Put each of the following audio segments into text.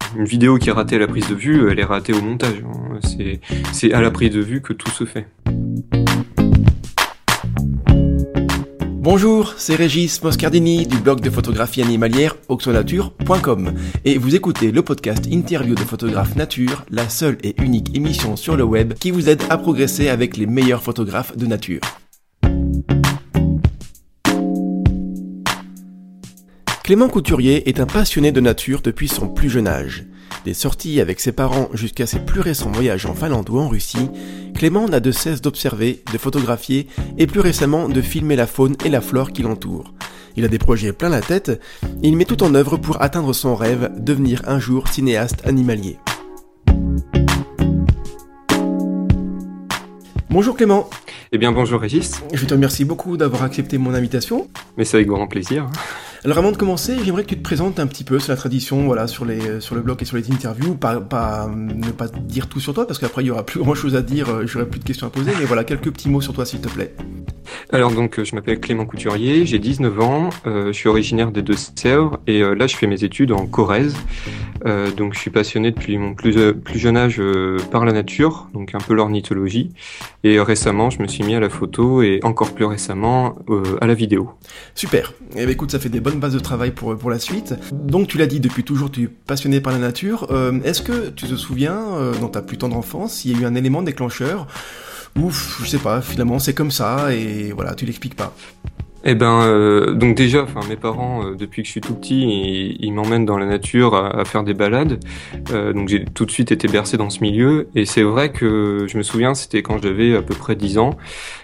une vidéo qui est ratée à la prise de vue, elle est ratée au montage. C'est à la prise de vue que tout se fait. Bonjour, c'est Régis Moscardini du blog de photographie animalière oxonature.com et vous écoutez le podcast Interview de photographe nature, la seule et unique émission sur le web qui vous aide à progresser avec les meilleurs photographes de nature. Clément Couturier est un passionné de nature depuis son plus jeune âge. Des sorties avec ses parents jusqu'à ses plus récents voyages en Finlande ou en Russie, Clément n'a de cesse d'observer, de photographier et plus récemment de filmer la faune et la flore qui l'entourent. Il a des projets plein la tête et il met tout en œuvre pour atteindre son rêve, devenir un jour cinéaste animalier. Bonjour Clément. Eh bien bonjour Régis. Je te remercie beaucoup d'avoir accepté mon invitation. Mais c'est avec grand plaisir. Alors avant de commencer, j'aimerais que tu te présentes un petit peu sur la tradition, voilà, sur le blog et sur les interviews, ne pas dire tout sur toi parce qu'après il y aura plus grand chose à dire, j'aurai plus de questions à poser, mais voilà, quelques petits mots sur toi s'il te plaît. Alors donc je m'appelle Clément Couturier, j'ai 19 ans, je suis originaire des Deux-Sèvres et là je fais mes études en Corrèze. Donc je suis passionné depuis mon plus jeune âge par la nature, donc un peu l'ornithologie. Et récemment je me suis mis à la photo et encore plus récemment à la vidéo. Super, eh bien, écoute, ça fait des bonnes bases de travail pour la suite. Donc tu l'as dit, depuis toujours tu es passionné par la nature. Est-ce que tu te souviens, dans ta plus tendre enfance, s'il y a eu un élément déclencheur ouf, je sais pas, finalement c'est comme ça et voilà, tu l'expliques pas. Eh ben, donc déjà, mes parents, depuis que je suis tout petit, ils m'emmènent dans la nature à faire des balades. Donc j'ai tout de suite été bercé dans ce milieu. Et c'est vrai que je me souviens, c'était quand j'avais à peu près 10 ans.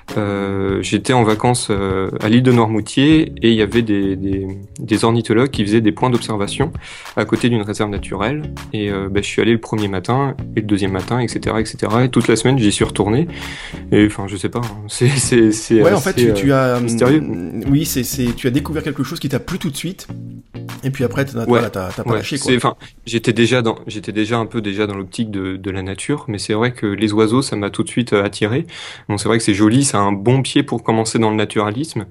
J'étais en vacances à l'île de Noirmoutier et il y avait des ornithologues qui faisaient des points d'observation à côté d'une réserve naturelle. Et je suis allé le premier matin et le deuxième matin, etc., etc. Et toute la semaine, j'y suis retourné. Et je sais pas, c'est ouais, assez, en fait, tu as mystérieux. Oui, tu as découvert quelque chose qui t'a plu tout de suite. Et puis après, t'as pas lâché, quoi. J'étais déjà un peu dans l'optique de la nature, mais c'est vrai que les oiseaux, ça m'a tout de suite attiré. Bon, c'est vrai que c'est joli, c'est un bon pied pour commencer dans le naturalisme.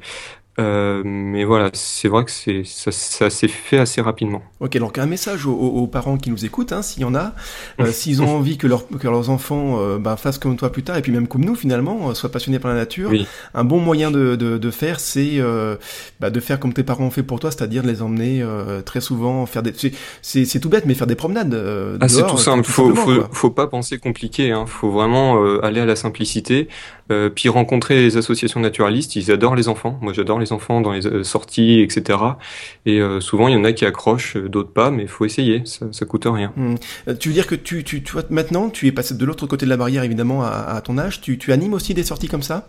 Mais voilà, c'est vrai que ça s'est fait assez rapidement. Ok, donc un message aux parents qui nous écoutent, hein, s'il y en a, s'ils ont envie que leurs enfants fassent comme toi plus tard, et puis même comme nous finalement, soient passionnés par la nature, oui. Un bon moyen de faire, c'est de faire comme tes parents ont fait pour toi, c'est-à-dire de les emmener très souvent, faire c'est tout bête, mais faire des promenades dehors. C'est tout simple, faut pas penser compliqué, hein. Faut vraiment aller à la simplicité. Puis rencontrer les associations naturalistes, ils adorent les enfants. Moi, j'adore les enfants dans les sorties, etc. Et souvent, il y en a qui accrochent, d'autres pas, mais il faut essayer. Ça coûte rien. Tu veux dire que tu vois, maintenant, tu es passé de l'autre côté de la barrière, évidemment, à ton âge. Tu animes aussi des sorties comme ça ?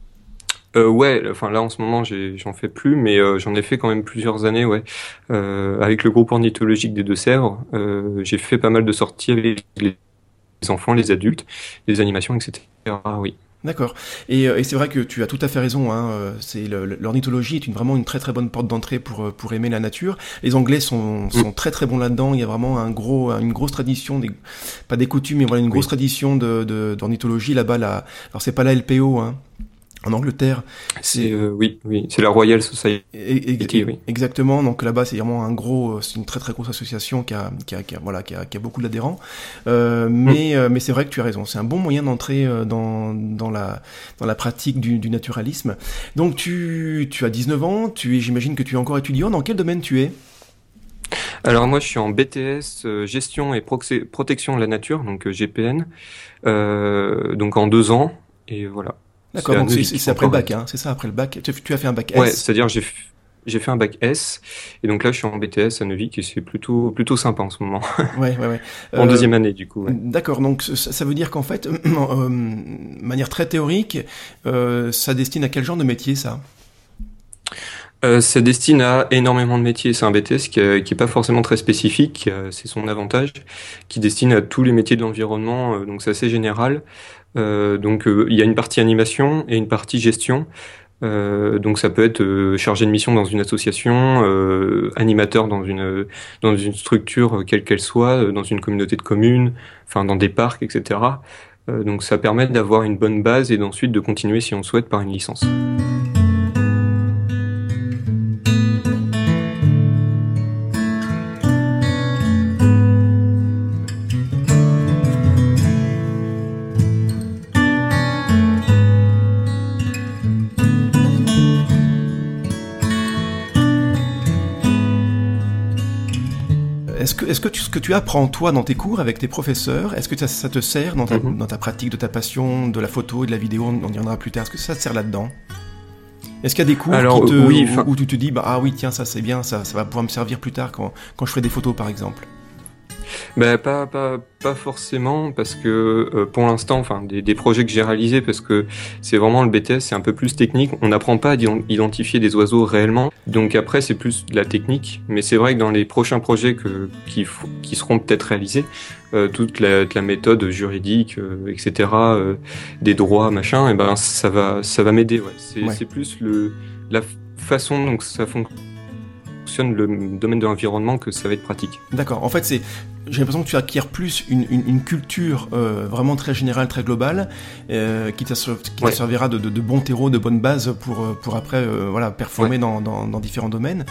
Ouais, là en ce moment j'en fais plus, mais j'en ai fait quand même plusieurs années, ouais. Avec le groupe ornithologique des Deux-Sèvres, j'ai fait pas mal de sorties avec les enfants, les adultes, les animations, etc. Oui. D'accord. Et c'est vrai que tu as tout à fait raison. Hein. L'ornithologie est vraiment une très très bonne porte d'entrée pour aimer la nature. Les Anglais sont très très bons là-dedans. Il y a vraiment une grosse tradition, pas des coutumes, mais voilà une grosse tradition d'ornithologie là-bas. Alors c'est pas la LPO, hein. En Angleterre, c'est c'est la Royal Society. Oui. Exactement. Donc là-bas, c'est vraiment c'est une très très grosse association qui a beaucoup d'adhérents. Mais c'est vrai que tu as raison. C'est un bon moyen d'entrer dans la pratique du naturalisme. Donc tu as 19 ans. J'imagine que tu es encore étudiant. Dans quel domaine tu es ? Alors moi, je suis en BTS gestion et protection de la nature, donc GPN. Donc en 2 ans et voilà. D'accord, donc c'est après le bac, hein, c'est ça, après le bac. Tu as fait un bac S. Ouais, c'est-à-dire j'ai fait un bac S, et donc là je suis en BTS à Neuvik, et c'est plutôt sympa en ce moment. Ouais. En deuxième année, du coup. Ouais. D'accord, donc ça veut dire qu'en fait, manière très théorique, ça destine à quel genre de métier, ça ? Ça destine à énormément de métiers. C'est un BTS qui est pas forcément très spécifique, c'est son avantage, qui destine à tous les métiers de l'environnement, donc c'est assez général. Donc il y a une partie animation et une partie gestion. Donc ça peut être chargé de mission dans une association, animateur dans une structure quelle qu'elle soit, dans une communauté de communes, dans des parcs, etc. Donc ça permet d'avoir une bonne base et d'ensuite de continuer si on souhaite par une licence. ce que tu apprends toi dans tes cours avec tes professeurs, est-ce que ça te sert dans ta pratique de ta passion de la photo et de la vidéo, on y reviendra plus tard, est-ce que ça te sert là-dedans? Est-ce qu'il y a des cours où tu te dis ah oui tiens ça c'est bien, ça va pouvoir me servir plus tard quand je ferai des photos par exemple? Ben pas forcément, parce que pour l'instant, enfin des projets que j'ai réalisés, parce que c'est vraiment le BTS, c'est un peu plus technique. On n'apprend pas à identifier des oiseaux réellement, donc après c'est plus de la technique. Mais c'est vrai que dans les prochains projets qui seront peut-être réalisés, toute la méthode juridique, etc., des droits, machin, et ben ça va m'aider. Ouais. C'est plus la façon dont ça fonctionne le domaine de l'environnement que ça va être pratique. D'accord. En fait, j'ai l'impression que tu acquiers plus une culture vraiment très générale, très globale, qui te servira de bon terreau, de bonne base pour après performer dans différents domaines.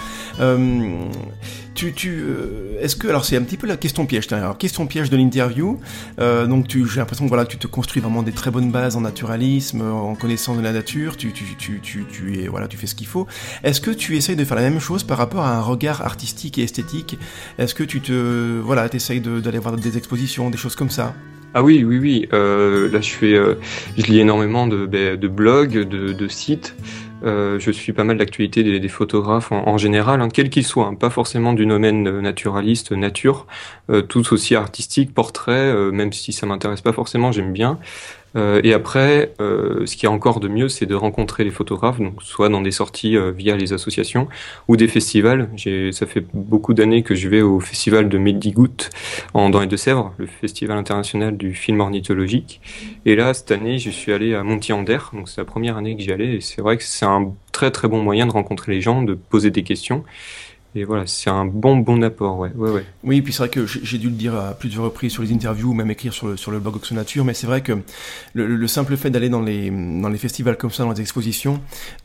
Est-ce que, alors c'est un petit peu la question piège, alors question piège de l'interview, donc j'ai l'impression que tu te construis vraiment des très bonnes bases en naturalisme, en connaissance de la nature, tu fais ce qu'il faut. Est-ce que tu essayes de faire la même chose par rapport à un regard artistique et esthétique? Est-ce que tu t'essayes d'aller voir des expositions, des choses comme ça? Ah oui. Là, je lis énormément de blogs, de sites. Je suis pas mal d'actualités des photographes en général, quels qu'ils soient, pas forcément du domaine naturaliste, nature, tous aussi artistiques, portraits, même si ça m'intéresse pas forcément, j'aime bien. Et après, ce qui est encore de mieux, c'est de rencontrer les photographes, donc soit dans des sorties via les associations ou des festivals. Ça fait beaucoup d'années que je vais au festival de Meddigout dans les Deux-Sèvres, le festival international du film ornithologique. Et là, cette année, je suis allé à Montier-en-Der, donc c'est la première année que j'y allais, et c'est vrai que c'est un très très bon moyen de rencontrer les gens, de poser des questions. Et voilà, c'est un bon apport, ouais. Oui, puis c'est vrai que j'ai dû le dire à plusieurs reprises sur les interviews, ou même écrire sur le blog Oxonature, mais c'est vrai que le simple fait d'aller dans les festivals comme ça, dans les expositions,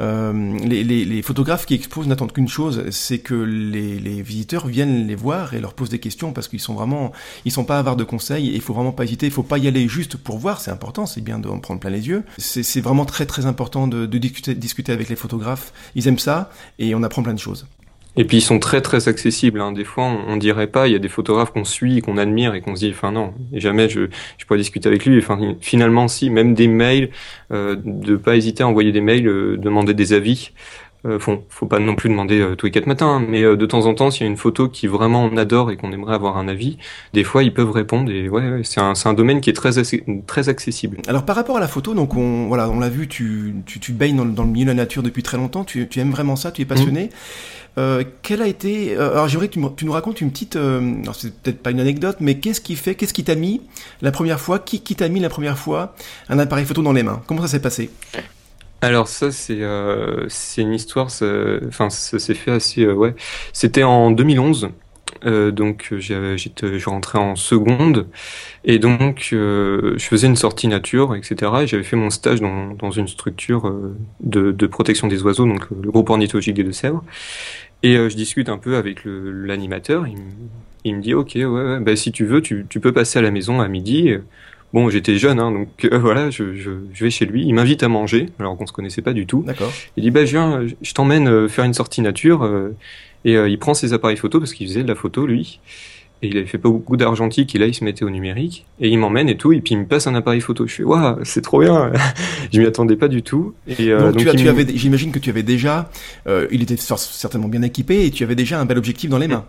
les photographes qui exposent n'attendent qu'une chose, c'est que les visiteurs viennent les voir et leur posent des questions, parce qu'ils sont pas avares de conseils, et il faut vraiment pas hésiter, il faut pas y aller juste pour voir, c'est important, c'est bien d'en prendre plein les yeux. C'est vraiment très très important de discuter avec les photographes, ils aiment ça, et on apprend plein de choses. Et puis ils sont très très accessibles. Des fois, on dirait pas. Il y a des photographes qu'on suit, qu'on admire et qu'on se dit, non, jamais je pourrais discuter avec lui. Finalement, si, même des mails, de pas hésiter à envoyer des mails, demander des avis. Faut pas non plus demander tous les 4 matins, mais de temps en temps, s'il y a une photo qui vraiment on adore et qu'on aimerait avoir un avis, des fois ils peuvent répondre. Et c'est un domaine qui est très accessible. Alors par rapport à la photo, donc on l'a vu, tu baignes dans le milieu de la nature depuis très longtemps. Tu aimes vraiment ça, tu es passionné. Quelle a été... alors j'aimerais que tu nous racontes une petite... alors c'est peut-être pas une anecdote, mais qu'est-ce qui t'a mis la première fois, qui t'a mis la première fois un appareil photo dans les mains? Comment ça s'est passé? Alors ça c'est une histoire, ça s'est fait assez C'était en 2011. Donc je rentrais en seconde et donc je faisais une sortie nature, etc. Et j'avais fait mon stage dans une structure de protection des oiseaux, donc le groupe ornithologique des Deux-Sèvres. Et je discute un peu avec l'animateur. Il me dit ok, bah si tu veux, tu peux passer à la maison à midi. Bon, j'étais jeune, donc je vais chez lui. Il m'invite à manger, alors qu'on se connaissait pas du tout. D'accord. Il dit je t'emmène faire une sortie nature. Et il prend ses appareils photo parce qu'il faisait de la photo lui. Et il avait fait pas beaucoup d'argentique et là il se mettait au numérique. Et il m'emmène et tout. Et puis il me passe un appareil photo. Je fais waouh, c'est trop bien. Je m'y attendais pas du tout. Et donc j'imagine que tu avais déjà, il était certainement bien équipé et tu avais déjà un bel objectif dans les mains.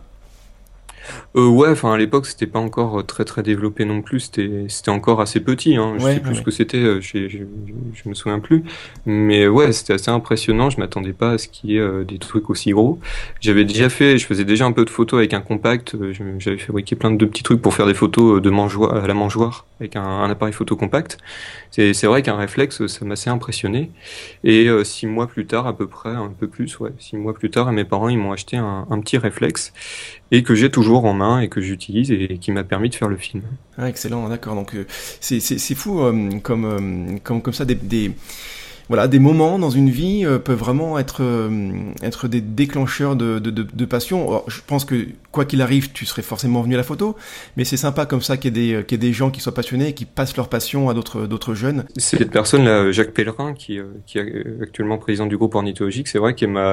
À l'époque c'était pas encore très très développé non plus, c'était encore assez petit, je sais plus ce que c'était, je me souviens plus, mais c'était assez impressionnant, je m'attendais pas à ce qu'il y ait des trucs aussi gros. Je faisais déjà un peu de photos avec un compact, j'avais fabriqué plein de petits trucs pour faire des photos à la mangeoire avec un appareil photo compact. C'est vrai qu'un réflexe, ça m'a assez impressionné. Et 6 mois plus tard, à peu près, un peu plus, 6 mois plus tard, mes parents ils m'ont acheté un petit réflexe et que j'ai toujours en main et que j'utilise et qui m'a permis de faire le film. Ah, excellent, d'accord. Donc c'est fou comme ça voilà, des moments dans une vie peuvent vraiment être des déclencheurs de passion. Alors, je pense que quoi qu'il arrive, tu serais forcément venu à la photo, mais c'est sympa comme ça qu'il y ait des gens qui soient passionnés et qui passent leur passion à d'autres jeunes. C'est cette personne-là, Jacques Pellerin, qui est actuellement président du groupe ornithologique. C'est vrai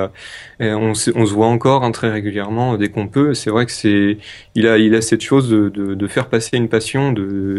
on se voit encore très régulièrement dès qu'on peut. C'est vrai que il a cette chose de faire passer une passion,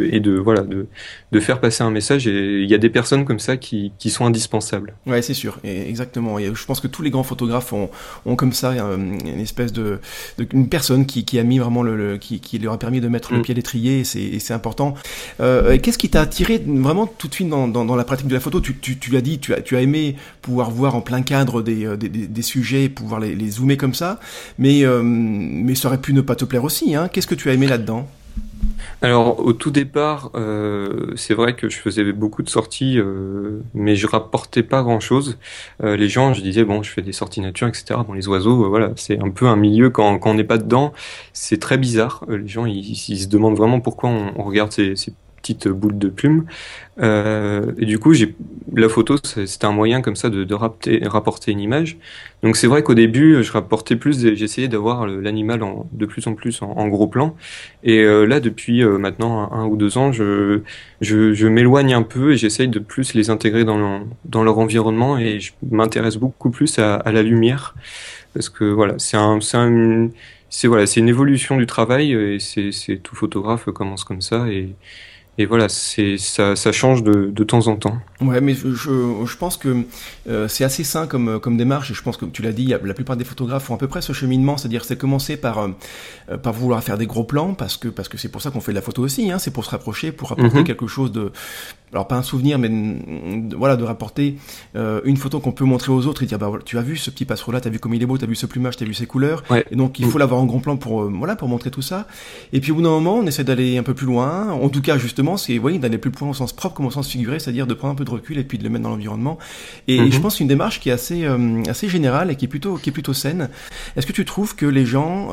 de faire passer un message. Et il y a des personnes comme ça qui sont indispensables. Ouais, c'est sûr, et exactement. Et je pense que tous les grands photographes ont comme ça une espèce une personne qui a mis vraiment qui leur a permis de mettre le pied à l'étrier, et c'est important. Qu'est-ce qui t'a attiré vraiment tout de suite dans la pratique de la photo? Tu l'as dit, tu as aimé pouvoir voir en plein cadre des sujets, pouvoir les zoomer comme ça, mais ça aurait pu ne pas te plaire aussi, hein. Qu'est-ce que tu as aimé là-dedans? Alors au tout départ, c'est vrai que je faisais beaucoup de sorties, mais je rapportais pas grand-chose. Les gens, je disais bon, je fais des sorties nature, etc. Bon, les oiseaux, voilà, c'est un peu un milieu quand on n'est pas dedans, c'est très bizarre. Les gens, ils se demandent vraiment pourquoi on regarde ces petites boules de plumes. Et du coup, la photo, c'était un moyen comme ça de rapporter une image. Donc c'est vrai qu'au début, je rapportais j'essayais d'avoir l'animal de plus en plus en gros plan. Et là, depuis maintenant 1 ou 2 ans, je m'éloigne un peu et j'essaye de plus les intégrer dans leur environnement, et je m'intéresse beaucoup plus à la lumière, parce que voilà, c'est une évolution du travail, et c'est tout photographe commence comme ça, et voilà, ça change de temps en temps. Ouais, mais je pense que c'est assez sain comme démarche, et je pense que tu l'as dit, la plupart des photographes font à peu près ce cheminement, c'est-à-dire c'est commencer par vouloir faire des gros plans, parce que c'est pour ça qu'on fait de la photo aussi, hein, c'est pour se rapprocher, pour apporter quelque chose alors pas un souvenir, mais voilà, de rapporter une photo qu'on peut montrer aux autres et dire bah tu as vu ce petit passereau là, t'as vu comme il est beau, t'as vu ce plumage, t'as vu ses couleurs, Ouais. et donc il faut l'avoir en grand plan pour montrer tout ça. Et puis au bout d'un moment, on essaie d'aller un peu plus loin. En tout cas, justement, c'est d'aller plus loin au sens propre comme au sens figuré, c'est-à-dire de prendre un peu de recul et puis de le mettre dans l'environnement. Et je pense que c'est une démarche qui est assez générale et qui est plutôt saine. Est-ce que tu trouves que les gens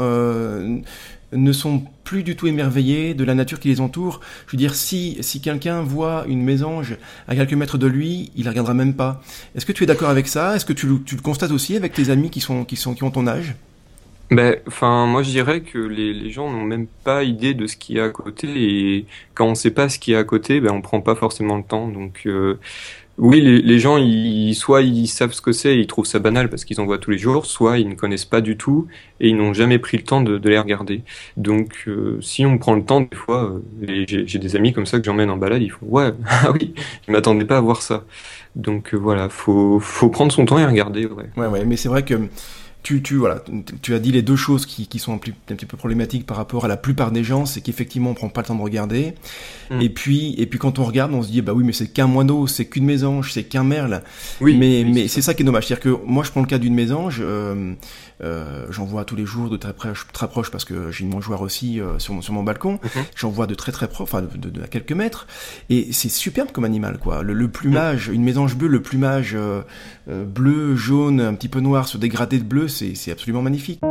ne sont plus du tout émerveillés de la nature qui les entoure? Je veux dire, si quelqu'un voit une mésange à quelques mètres de lui, il la regardera même pas. Est-ce que tu es d'accord avec ça? Est-ce que tu le constates aussi avec tes amis qui ont ton âge? Moi je dirais que les gens n'ont même pas idée de ce qu'il y a à côté, et quand on sait pas ce qu'il y a à côté, on prend pas forcément le temps. Donc oui, les gens, soit ils savent ce que c'est, et ils trouvent ça banal parce qu'ils en voient tous les jours, soit ils ne connaissent pas du tout et ils n'ont jamais pris le temps de les regarder. Donc si on prend le temps, des fois, j'ai des amis comme ça que j'emmène en balade, ils font ouais, ah oui, je m'attendais pas à voir ça. Donc voilà, faut prendre son temps et regarder. Ouais, mais c'est vrai que tu as dit les deux choses qui sont un petit peu problématiques par rapport à la plupart des gens, c'est qu'effectivement on prend pas le temps de regarder. Et puis quand on regarde, on se dit bah oui, mais c'est qu'un moineau, c'est qu'une mésange, c'est qu'un merle. Oui, mais c'est ça qui est dommage, c'est-à-dire que moi je prends le cas d'une mésange, j'en vois tous les jours de très proche parce que j'ai une mangeoire aussi sur mon balcon. J'en vois de très proche, enfin de à quelques mètres, et c'est superbe comme animal quoi. Le plumage, une mésange bleue, le plumage bleu, jaune, un petit peu noir, se dégrader de bleu, c'est absolument magnifique.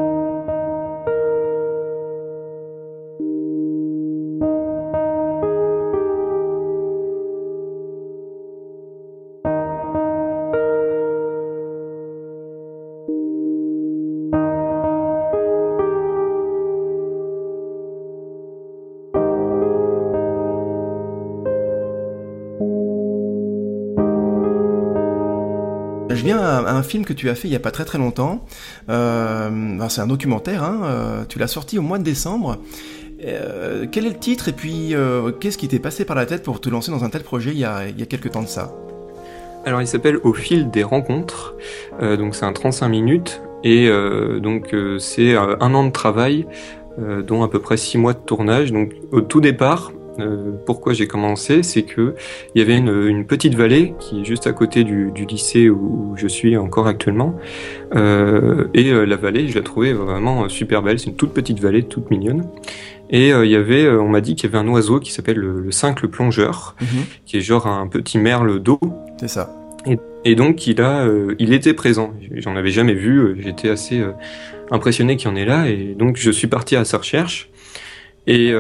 Je viens à un film que tu as fait il y a pas très longtemps. C'est un documentaire, hein, tu l'as sorti au mois de décembre. Quel est le titre et puis qu'est-ce qui t'est passé par la tête pour te lancer dans un tel projet il y a quelques temps de ça? Alors il s'appelle Au fil des rencontres, donc c'est un 35 minutes, et c'est 1 an de travail, dont à peu près 6 mois de tournage. Donc au tout départ, pourquoi j'ai commencé, c'est que il y avait une petite vallée qui est juste à côté du lycée où je suis encore actuellement, et la vallée, je la trouvais vraiment super belle. C'est une toute petite vallée, toute mignonne. Et on m'a dit qu'il y avait un oiseau qui s'appelle le cincle plongeur, qui est genre un petit merle d'eau. C'est ça. Et donc il était présent. J'en avais jamais vu. J'étais assez impressionné qu'il y en ait là, et donc je suis parti à sa recherche. Et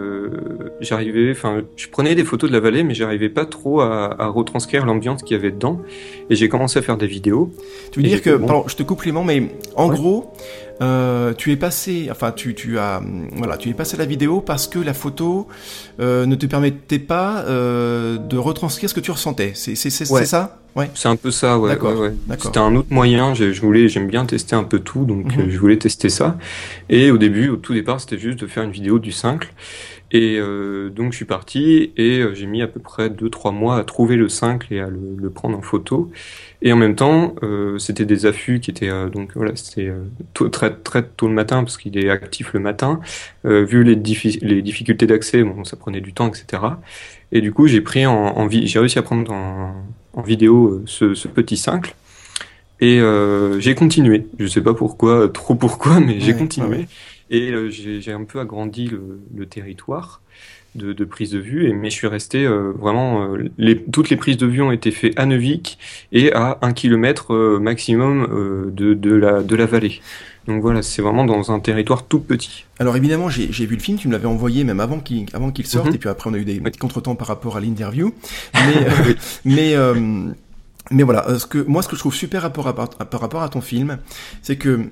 je prenais des photos de la vallée, mais j'arrivais pas trop à retranscrire l'ambiance qu'il y avait dedans. Et j'ai commencé à faire des vidéos. Tu veux Et dire j'ai que, fait, bon, pardon, je te coupe Clément, mais en ouais, gros, tu es passé, enfin, voilà, tu es passé à la vidéo parce que la photo ne te permettait pas de retranscrire ce que tu ressentais. C'est ouais, ça? Ouais. c'est un peu ça, ouais, ouais, D'accord, ouais. d'accord. C'était un autre moyen. J'aime bien tester un peu tout, donc Mhm. je voulais tester ça. Et au tout départ, c'était juste de faire une vidéo du cincle. Et donc je suis parti et j'ai mis à peu près 2-3 mois à trouver le cincle et à le prendre en photo. Et en même temps, c'était des affûts qui étaient donc voilà, c'était très très tôt le matin parce qu'il est actif le matin. Vu les difficultés d'accès, bon, ça prenait du temps, etc. Et du coup, j'ai réussi à prendre en vidéo ce petit cincle. Et j'ai continué. Je sais pas pourquoi, trop pourquoi, mais j'ai Ouais, ouais, ouais. continué. Et j'ai un peu agrandi le territoire de prise de vue. Mais je suis resté vraiment. Toutes les prises de vue ont été faites à Neuvik et à 1 kilomètre maximum de la vallée. Donc voilà, c'est vraiment dans un territoire tout petit. Alors évidemment, j'ai vu le film, tu me l'avais envoyé même avant qu'il sorte, et Mhm. puis après on a eu des Oui. petits contretemps par rapport à l'interview. Mais, Oui. mais, mais voilà, ce que je trouve super par rapport à ton film, c'est que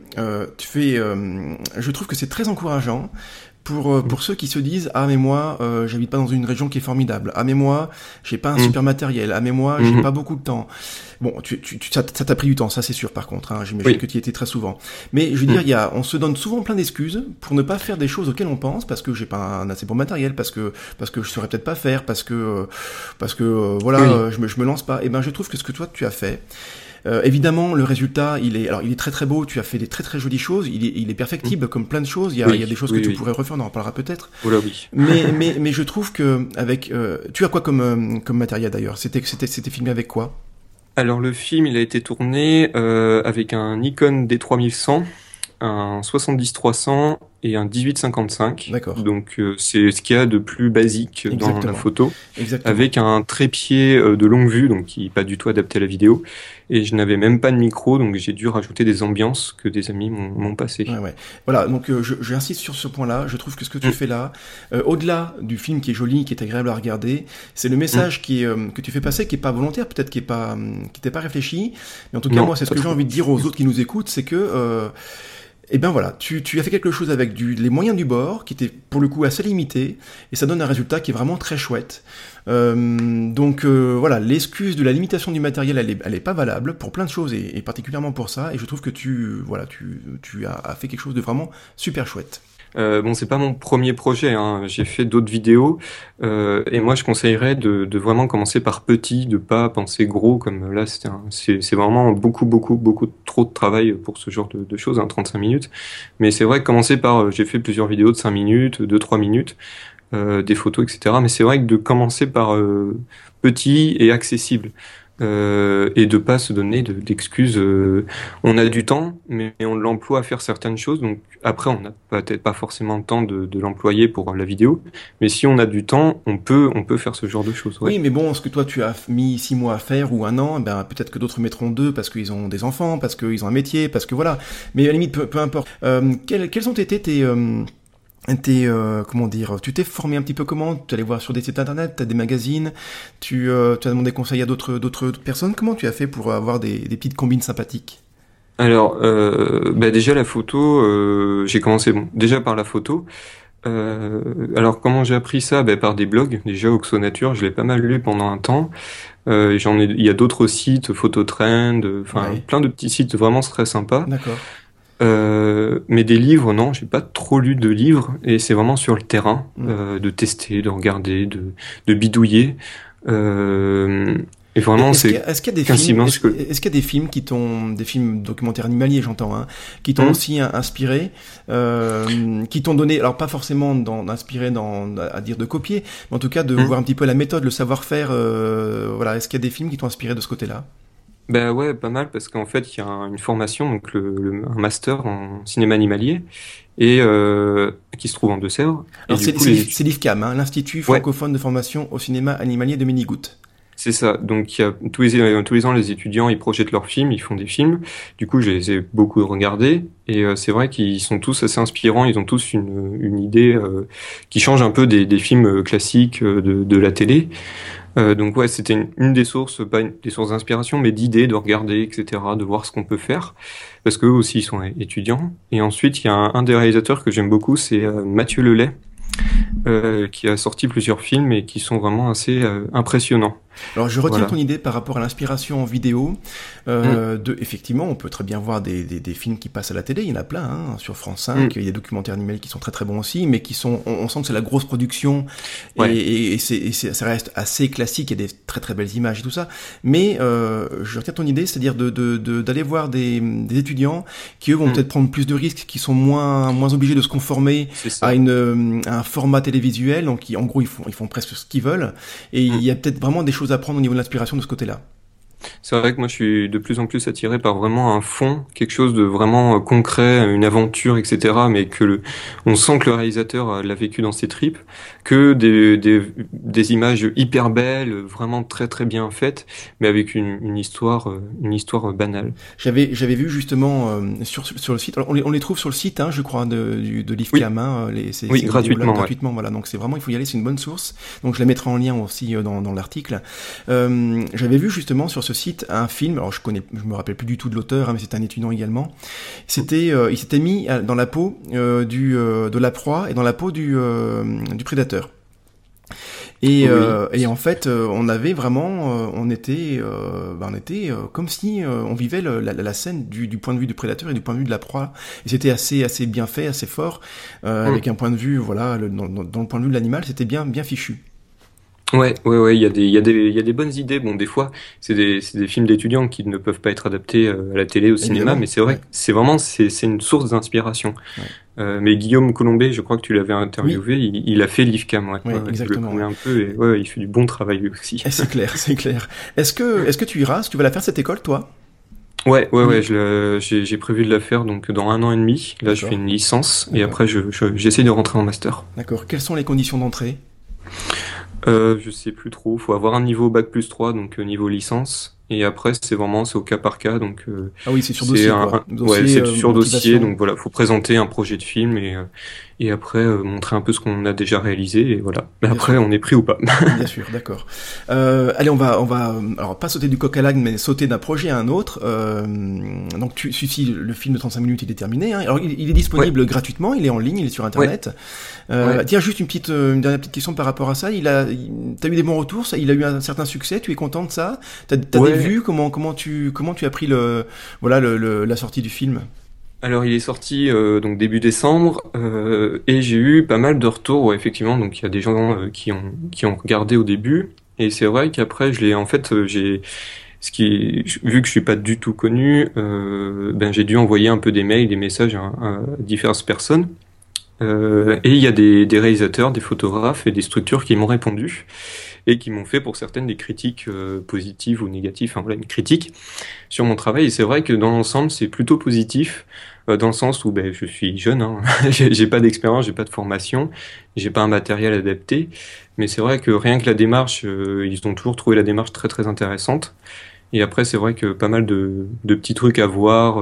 je trouve que c'est très encourageant pour ceux qui se disent ah mais moi j'habite pas dans une région qui est formidable, ah mais moi j'ai pas un Mhm. super matériel, ah mais moi j'ai Mhm. pas beaucoup de temps. Bon, ça t'a pris du temps, ça c'est sûr par contre, hein, j'imagine Oui. que tu y étais très souvent. Mais je veux dire, Mhm. on se donne souvent plein d'excuses pour ne pas faire des choses auxquelles on pense, parce que j'ai pas un assez bon matériel, parce que je saurais peut-être pas faire, parce que voilà, Oui. je me lance pas. Et ben je trouve que ce que toi tu as fait, évidemment, le résultat, il est très très beau. Tu as fait des très très jolies choses. Il est Mhm. perfectible comme plein de choses. Il y a Oui. des choses que Oui. tu Oui. pourrais refaire. On en reparlera peut-être. Oh là oui. Mais je trouve que tu as quoi comme matériel d'ailleurs? C'était filmé avec quoi? Alors le film, il a été tourné avec un Nikon D3100, un 70-300 et un 18-55. D'accord. Donc c'est ce qu'il y a de plus basique dans la Exactement. photo, Exactement. avec un trépied de longue vue, donc qui n'est pas du tout adapté à la vidéo. Et je n'avais même pas de micro, donc j'ai dû rajouter des ambiances que des amis m'ont passées. Ouais, ouais. Voilà, donc j'insiste sur ce point-là. Je trouve que ce que tu Mm, fais là, au-delà du film qui est joli, qui est agréable à regarder, c'est le mm. message que tu fais passer, qui est pas volontaire, peut-être qui t'est pas réfléchi. Mais en tout cas, Non, moi, c'est ce pas que j'ai trop. envie de dire aux autres qui nous écoutent, c'est que eh ben voilà, tu as fait quelque chose avec les moyens du bord, qui étaient pour le coup assez limités, et ça donne un résultat qui est vraiment très chouette. Donc voilà, l'excuse de la limitation du matériel, elle est pas valable pour plein de choses, et particulièrement pour ça, et je trouve que tu as fait quelque chose de vraiment super chouette. Bon, c'est pas mon premier projet, hein. J'ai fait d'autres vidéos, et moi je conseillerais de vraiment commencer par petit, de pas penser gros comme là. C'est vraiment beaucoup, beaucoup, beaucoup trop de travail pour ce genre de choses, hein, 35 minutes. Mais c'est vrai que commencer par, j'ai fait plusieurs vidéos de 5 minutes, de 3 minutes, des photos, etc. Mais c'est vrai que de commencer par petit et accessible. Et de pas se donner d'excuses. On a du temps, mais on l'emploie à faire certaines choses. Donc après, on n'a peut-être pas forcément le temps de l'employer pour la vidéo. Mais si on a du temps, on peut faire ce genre de choses. Ouais. Oui, mais bon, ce que toi tu as mis 6 mois à faire ou un an, ben peut-être que d'autres mettront 2 parce qu'ils ont des enfants, parce qu'ils ont un métier, parce que voilà. Mais à la limite, peu importe. Quels ont été comment dire, tu t'es formé un petit peu comment? Tu allais voir sur des sites internet, t'as des magazines, tu as demandé conseil à d'autres personnes. Comment tu as fait pour avoir des petites combines sympathiques? Alors, bah déjà la photo, j'ai commencé bon, déjà par la photo. Alors comment j'ai appris ça? Bah, par des blogs. Déjà Oxonature, je l'ai pas mal lu pendant un temps. Il y a d'autres sites, Phototrend, enfin Ouais, plein de petits sites vraiment très sympas. d'accord. Mais des livres, non, j'ai pas trop lu de livres et c'est vraiment sur le terrain, Hmm. de tester, de regarder, de bidouiller. Euh, et vraiment, c'est Est-ce qu'il y a des films, quasiment ce que. est-ce qu'il y a des films documentaires animaliers, j'entends, hein, qui t'ont Hum, aussi inspiré, qui t'ont donné, alors pas forcément inspiré à dire de copier, mais en tout cas de hum. voir un petit peu la méthode, le savoir-faire, voilà. Est-ce qu'il y a des films qui t'ont inspiré de ce côté-là? Bah ouais, pas mal parce qu'en fait, il y a une formation, donc un master en cinéma animalier et qui se trouve en Deux-Sèvres. Et Alors du coup, les études. c'est l'IFCAM, hein, l'Institut Ouais, francophone de formation au cinéma animalier de Ménigout. C'est ça. Donc, il y a tous les ans, les étudiants, ils projettent leurs films, ils font des films. Du coup, je les ai beaucoup regardés. Et c'est vrai qu'ils sont tous assez inspirants. Ils ont tous une idée qui change un peu des films classiques de la télé. Donc ouais, c'était une des sources, pas des sources d'inspiration, mais d'idées, de regarder, etc., de voir ce qu'on peut faire, parce qu'eux aussi ils sont étudiants. Et ensuite, il y a un des réalisateurs que j'aime beaucoup, c'est Mathieu Lelay, qui a sorti plusieurs films et qui sont vraiment assez impressionnants. Alors je retiens Voilà. ton idée par rapport à l'inspiration en vidéo. Mm, Effectivement, on peut très bien voir des films qui passent à la télé, il y en a plein, hein, sur France 5, mm, il y a des documentaires animés qui sont très très bons aussi, mais qui sont, on sent que c'est la grosse production, ouais. ça reste assez classique, il y a des très très belles images et tout ça, mais je retiens ton idée, c'est-à-dire d'aller voir des étudiants qui eux vont Mm, peut-être prendre plus de risques, qui sont moins obligés de se conformer c'est à ça. à un format télévisuel, donc en gros ils font presque ce qu'ils veulent, et il Mm. y a peut-être vraiment des choses à prendre au niveau de l'inspiration de ce côté-là. C'est vrai que moi je suis de plus en plus attiré par vraiment un fond, quelque chose de vraiment concret, une aventure, etc. Mais on sent que le réalisateur l'a vécu dans ses tripes, que des images hyper belles, vraiment très très bien faites, mais avec une histoire banale. J'avais vu justement sur le site, alors on les trouve sur le site, hein, je crois, de Oui, l'IFCAM, hein, oui, ces vidéos-là, gratuitement, ouais. gratuitement, voilà. Donc c'est vraiment, il faut y aller, c'est une bonne source. Donc je la mettrai en lien aussi dans l'article. J'avais vu justement sur ce site un film, alors je me rappelle plus du tout de l'auteur, hein, mais c'est un étudiant également. Il s'était mis dans la peau de la proie et dans la peau du prédateur. Oui, Et en fait, on avait vraiment, on était comme si on vivait la scène du point de vue du prédateur et du point de vue de la proie. Et c'était assez bien fait, assez fort, mm. avec un point de vue, voilà, dans le point de vue de l'animal, c'était bien fichu. Ouais, il y a des bonnes idées. Bon, des fois, c'est des films d'étudiants qui ne peuvent pas être adaptés à la télé, au cinéma, Évidemment, mais c'est vrai ouais, que c'est une source d'inspiration. ouais. Mais Guillaume Colombet, je crois que tu l'avais Oui, interviewé, il a fait l'IFCAM, ouais, je le exactement, connais ouais. un peu et ouais, il fait du bon travail lui aussi. Et c'est clair, c'est clair. Est-ce que tu iras, est-ce que tu vas la faire cette école, toi? Ouais, Oui, j'ai prévu de la faire donc dans un an et demi. Là, je fais d'accord, une licence et d'accord, après, j'essaie de rentrer en master. d'accord. Quelles sont les conditions d'entrée? Je sais plus trop. Faut avoir un niveau bac+3, donc niveau licence. Et après, c'est au cas par cas, donc Ah oui, c'est sur dossier, quoi. ouais, Dossier, c'est sur dossier, motivation. donc voilà, faut présenter un projet de film et après montrer un peu ce qu'on a déjà réalisé et voilà. Mais Bien après, sûr. on est pris ou pas. Bien sûr, d'accord. Allez, on va, alors pas sauter du coq à l'âne, mais sauter d'un projet à un autre. Donc, si le film de 35 minutes, il est terminé. Hein. Alors, il est Ouais, disponible gratuitement, il est en ligne, il est sur ouais, Internet. ouais. Tiens, juste une dernière petite question par rapport à ça. T'as eu des bons retours, ça, il a eu un certain succès. Tu es content de ça? T'as des Ouais. vues? Comment tu as pris voilà, la sortie du film? Alors, il est sorti donc début décembre et j'ai eu pas mal de retours. Ouais, effectivement, donc il y a des gens qui ont regardé au début et c'est vrai qu'après je l'ai en fait j'ai vu que je suis pas du tout connu, ben j'ai dû envoyer un peu des mails, des messages à diverses personnes. Et il y a des réalisateurs, des photographes et des structures qui m'ont répondu et qui m'ont fait pour certaines des critiques positives ou négatives, enfin voilà, une critique sur mon travail. Et c'est vrai que dans l'ensemble, c'est plutôt positif, dans le sens où ben, je suis jeune, hein, j'ai pas d'expérience, j'ai pas de formation, j'ai pas un matériel adapté, mais c'est vrai que rien que la démarche, ils ont toujours trouvé la démarche très très intéressante. Et après, c'est vrai que pas mal de petits trucs à voir.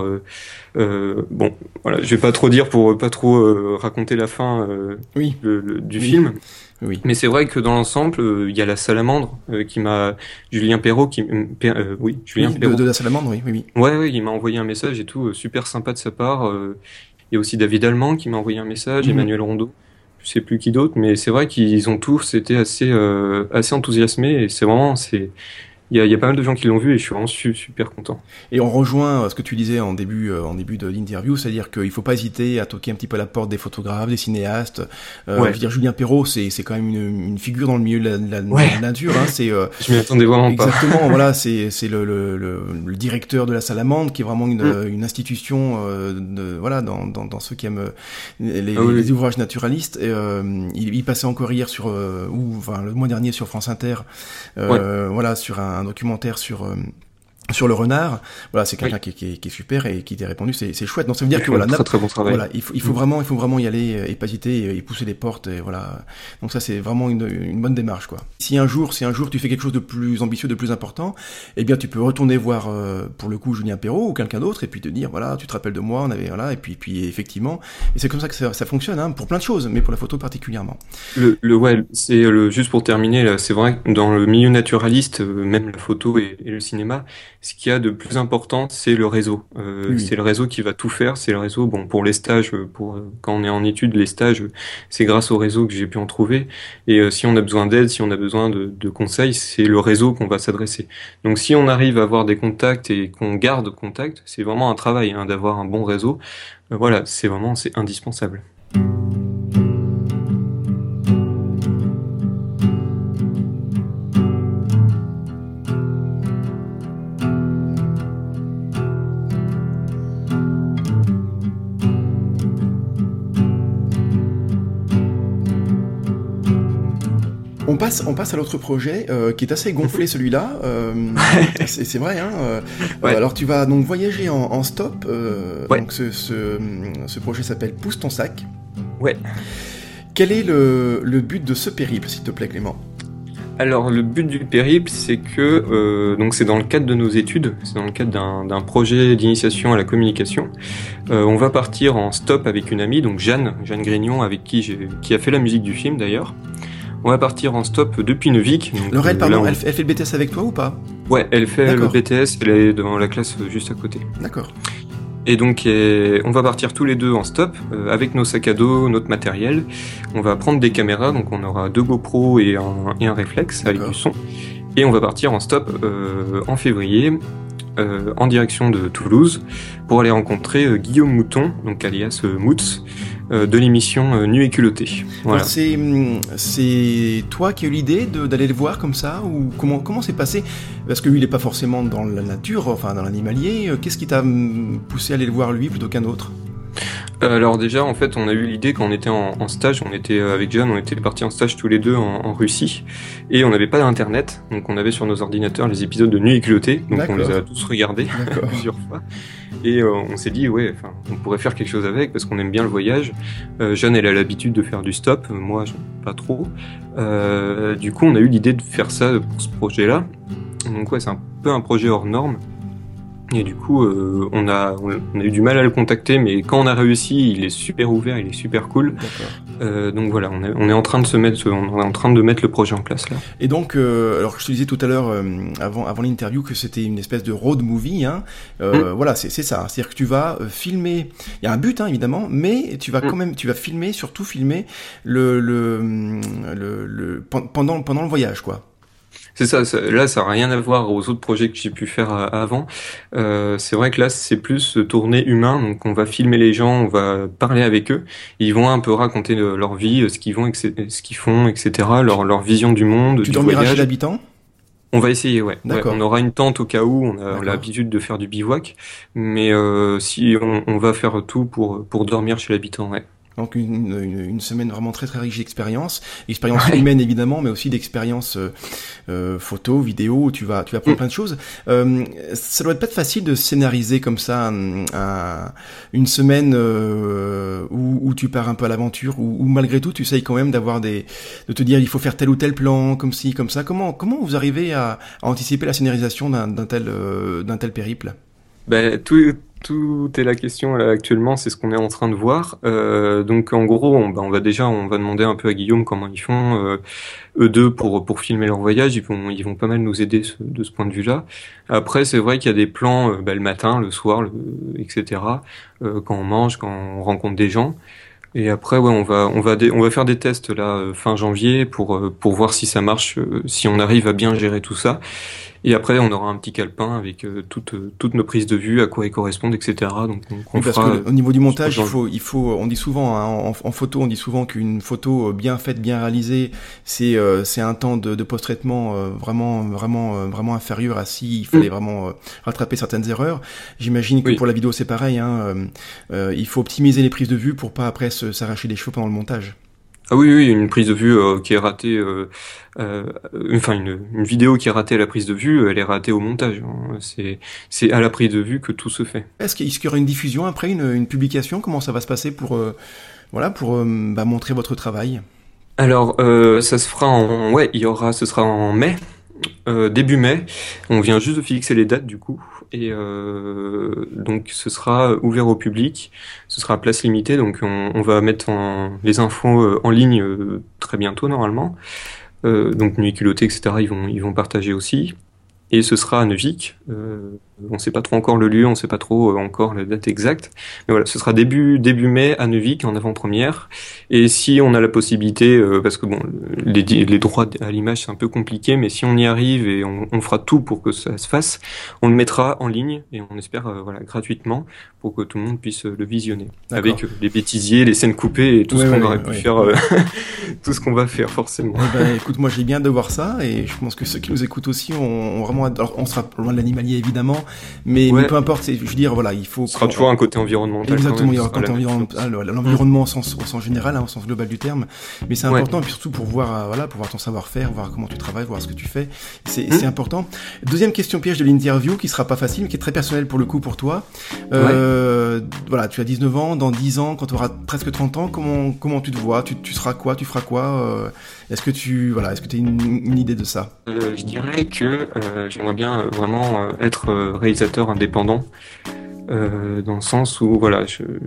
Bon, voilà, je vais pas trop dire pour pas trop raconter la fin Oui, du oui, film. oui. Mais c'est vrai que dans l'ensemble, il y a la salamandre qui m'a Julien Perrault oui, Julien Oui, Perrault. de la salamandre, oui, oui, oui. Ouais, il m'a envoyé un message et tout, super sympa de sa part. Il y a aussi David Allemand qui m'a envoyé un message, Mhm. Emmanuel Rondeau, je sais plus qui d'autre, mais c'est vrai qu'ils ont tous été assez enthousiasmés et il y a pas mal de gens qui l'ont vu et je suis vraiment super content. Et on rejoint ce que tu disais en début de l'interview, c'est-à-dire qu'il faut pas hésiter à toquer un petit peu à la porte des photographes, des cinéastes. Je veux Ouais, dire, Julien Perrault, c'est quand même une figure dans le milieu de ouais, la nature. Hein, c'est je m'y attendais vraiment pas. exactement, voilà, c'est le directeur de la Salamandre, qui est vraiment Mm. une institution voilà, dans ceux qui aiment Ah oui, les oui. ouvrages naturalistes. Et, il passait encore hier enfin le mois dernier sur France Inter, Ouais. voilà, sur un documentaire sur sur le renard. Voilà, c'est quelqu'un Oui. qui est super et qui t'a répondu, c'est chouette. Donc ça veut dire Il que fait un voilà, très très bon travail. voilà, il faut vraiment y aller et pas hésiter et pousser les portes et voilà. Donc ça c'est vraiment une bonne démarche quoi. Si un jour tu fais quelque chose de plus ambitieux, de plus important, eh bien tu peux retourner voir pour le coup Julien Perrault ou quelqu'un d'autre et puis te dire voilà, tu te rappelles de moi, on avait voilà et puis effectivement, et c'est comme ça que ça fonctionne hein, pour plein de choses, mais pour la photo particulièrement. Ouais, juste pour terminer, là, c'est vrai que dans le milieu naturaliste, même la photo et le cinéma, ce qu'il y a de plus important, c'est le réseau. Oui, C'est oui. le réseau qui va tout faire. C'est le réseau, bon, pour les stages, quand on est en études, les stages, c'est grâce au réseau que j'ai pu en trouver. Et si on a besoin d'aide, si on a besoin de conseils, c'est le réseau qu'on va s'adresser. Donc, si on arrive à avoir des contacts et qu'on garde contact, c'est vraiment un travail, hein, d'avoir un bon réseau. Voilà, c'est indispensable. On passe à l'autre projet qui est assez gonflé celui-là. C'est vrai. Hein, Ouais, alors tu vas donc voyager en stop. ouais, Donc ce projet s'appelle Pousse ton sac. ouais. Quel est le but de ce périple, s'il te plaît, Clément? Alors le but du périple, c'est que donc c'est dans le cadre de nos études, c'est dans le cadre d'un projet d'initiation à la communication. On va partir en stop avec une amie, donc Jeanne Grignon, avec qui a fait la musique du film d'ailleurs. On va partir en stop depuis Neuvik. Donc, Laurel, là, pardon, elle fait le BTS avec toi ou pas? ouais, elle fait le D'accord, BTS, elle est dans la classe juste à côté. d'accord. Et donc, on va partir tous les deux en stop avec nos sacs à dos, notre matériel. On va prendre des caméras, donc on aura 2 GoPro et un réflexe avec D'accord. du son. Et on va partir en stop en février en direction de Toulouse pour aller rencontrer Guillaume Mouton, donc alias Moots, de l'émission Nu et culotté. Alors Voilà. c'est toi qui as eu l'idée d'aller le voir comme ça ou comment c'est passé? Parce que lui il est pas forcément dans la nature, enfin dans l'animalier. Qu'est-ce qui t'a poussé à aller le voir lui plutôt qu'un autre? Alors déjà, en fait, on a eu l'idée quand on était en stage, on était avec John, on était partis en stage tous les deux en Russie, et on n'avait pas d'internet, donc on avait sur nos ordinateurs les épisodes de Nu et culotté, donc on les a D'accord, tous regardés d'accord. plusieurs fois, et on s'est dit ouais, enfin, on pourrait faire quelque chose avec parce qu'on aime bien le voyage. John, elle a l'habitude de faire du stop, moi, pas trop. Du coup, on a eu l'idée de faire ça pour ce projet-là. Donc ouais, c'est un peu un projet hors norme. Et du coup, on a eu du mal à le contacter, mais quand on a réussi, il est super ouvert, il est super cool. Donc voilà, on est en train on est en train de mettre le projet en place là. Et donc, alors je te disais tout à l'heure avant l'interview que c'était une espèce de road movie, hein. Voilà, c'est ça. C'est-à-dire que tu vas filmer. Il y a un but, hein, évidemment, mais tu vas quand même, tu vas filmer, surtout filmer pendant le voyage, quoi. C'est ça, là, ça n'a rien à voir aux autres projets que j'ai pu faire avant. C'est vrai que là, c'est plus tourné humain, donc on va filmer les gens, on va parler avec eux. Ils vont un peu raconter leur vie, ce qu'ils font, etc., leur vision du monde, Tu du dormiras chez voyage. l'habitant? On va essayer, ouais. Ouais, D'accord. on aura une tente au cas où, on a D'accord. l'habitude de faire du bivouac, mais si on va faire tout pour dormir chez l'habitant, ouais. Donc une semaine vraiment très très riche d'expérience, expérience humaine évidemment, mais aussi d'expérience photo, vidéo, où tu vas apprendre plein de choses. Ça doit pas être facile de scénariser comme ça une semaine où tu pars un peu à l'aventure, où malgré tout tu essayes quand même de te dire il faut faire tel ou tel plan, comme ci, comme ça. Comment vous arrivez à anticiper la scénarisation d'un tel périple? Ben, tout est la question là, actuellement, c'est ce qu'on est en train de voir. Donc en gros, on va demander un peu à Guillaume comment ils font eux deux pour filmer leur voyage. Ils vont pas mal nous aider de ce point de vue-là. Après, c'est vrai qu'il y a des plans le matin, le soir, etc. Quand on mange, quand on rencontre des gens. Et après, ouais, on va faire des tests là fin janvier pour voir si ça marche, si on arrive à bien gérer tout ça. Et après, on aura un petit calepin avec toutes nos prises de vue, à quoi elles correspondent, etc. Donc, on Oui, parce fera. que au niveau du montage, Dans le- il faut, on dit souvent, hein, en photo, on dit souvent qu'une photo bien faite, bien réalisée, c'est un temps de post-traitement vraiment inférieur à si il fallait vraiment rattraper certaines erreurs. J'imagine que Oui. pour la vidéo, c'est pareil, hein, il faut optimiser les prises de vue pour pas après s'arracher les cheveux pendant le montage. Ah oui, oui, une prise de vue qui est ratée, enfin une vidéo qui est ratée à la prise de vue, elle est ratée au montage, hein. C'est à la prise de vue que tout se fait. Est-ce qu'il y aura une diffusion après, une publication? Comment ça va se passer pour, montrer votre travail? Alors, ça se fera ouais, ce sera en mai, début mai. On vient juste de fixer les dates du coup, et donc ce sera ouvert au public. Ce sera à place limitée, donc on va mettre les infos en ligne très bientôt normalement. Donc Nuit culottée, etc. Ils vont partager aussi. Et ce sera à Neuvic. On ne sait pas trop encore le lieu, on ne sait pas trop encore la date exacte. Mais voilà, ce sera début mai à Neuvic en avant-première. Et si on a la possibilité, parce que bon, les droits à l'image c'est un peu compliqué, mais si on y arrive et on fera tout pour que ça se fasse, on le mettra en ligne et on espère voilà gratuitement pour que tout le monde puisse le visionner. D'accord. Avec les bêtisiers, les scènes coupées et tout ce qu'on aurait pu faire, tout ce qu'on va faire forcément. Eh ben, écoute, moi j'ai bien de voir ça et je pense que ceux qui nous écoutent aussi ont vraiment. Alors, on sera loin de l'animalier évidemment, mais peu importe. Je veux dire, voilà, il faut. Ce sera toujours un côté environnemental. Exactement, il y aura un côté environnemental, l'environnement au sens général, au sens global du terme. Mais c'est important, et puis surtout pour voir, pour voir ton savoir-faire, voir comment tu travailles, voir ce que tu fais. C'est important. Deuxième question piège de l'interview, qui sera pas facile, mais qui est très personnelle pour le coup pour toi. Voilà, tu as 19 ans, dans 10 ans, quand tu auras presque 30 ans, comment tu te vois? Tu seras quoi? Tu feras quoi? Est-ce que tu as une idée de ça? Je dirais que j'aimerais bien vraiment être réalisateur indépendant, dans le sens où voilà,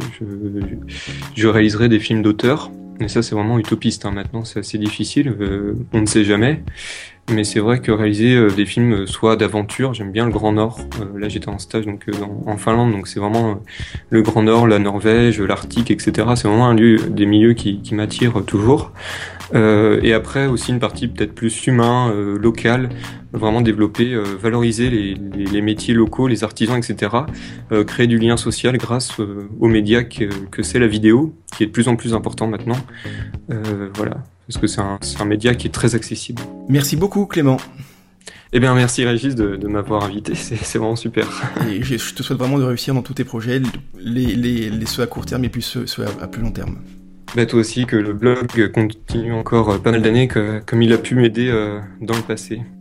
je réaliserai des films d'auteur. Mais ça, c'est vraiment utopiste, hein. Maintenant, c'est assez difficile. On ne sait jamais. Mais c'est vrai que réaliser des films soit d'aventure, j'aime bien le Grand Nord. Là, j'étais en stage donc en Finlande, donc c'est vraiment le Grand Nord, la Norvège, l'Arctique, etc. C'est vraiment des milieux qui m'attirent toujours. Et après aussi une partie peut-être plus humain, local, vraiment développer, valoriser les métiers locaux, les artisans, etc. Créer du lien social grâce aux médias que c'est la vidéo, qui est de plus en plus important maintenant. Voilà, parce que c'est un média qui est très accessible. Merci beaucoup Clément. Eh bien, merci Régis de m'avoir invité, c'est vraiment super. Et je te souhaite vraiment de réussir dans tous tes projets, ceux à court terme et puis ceux à plus long terme. Bah toi aussi, que le blog continue encore pas mal d'années, comme il a pu m'aider dans le passé.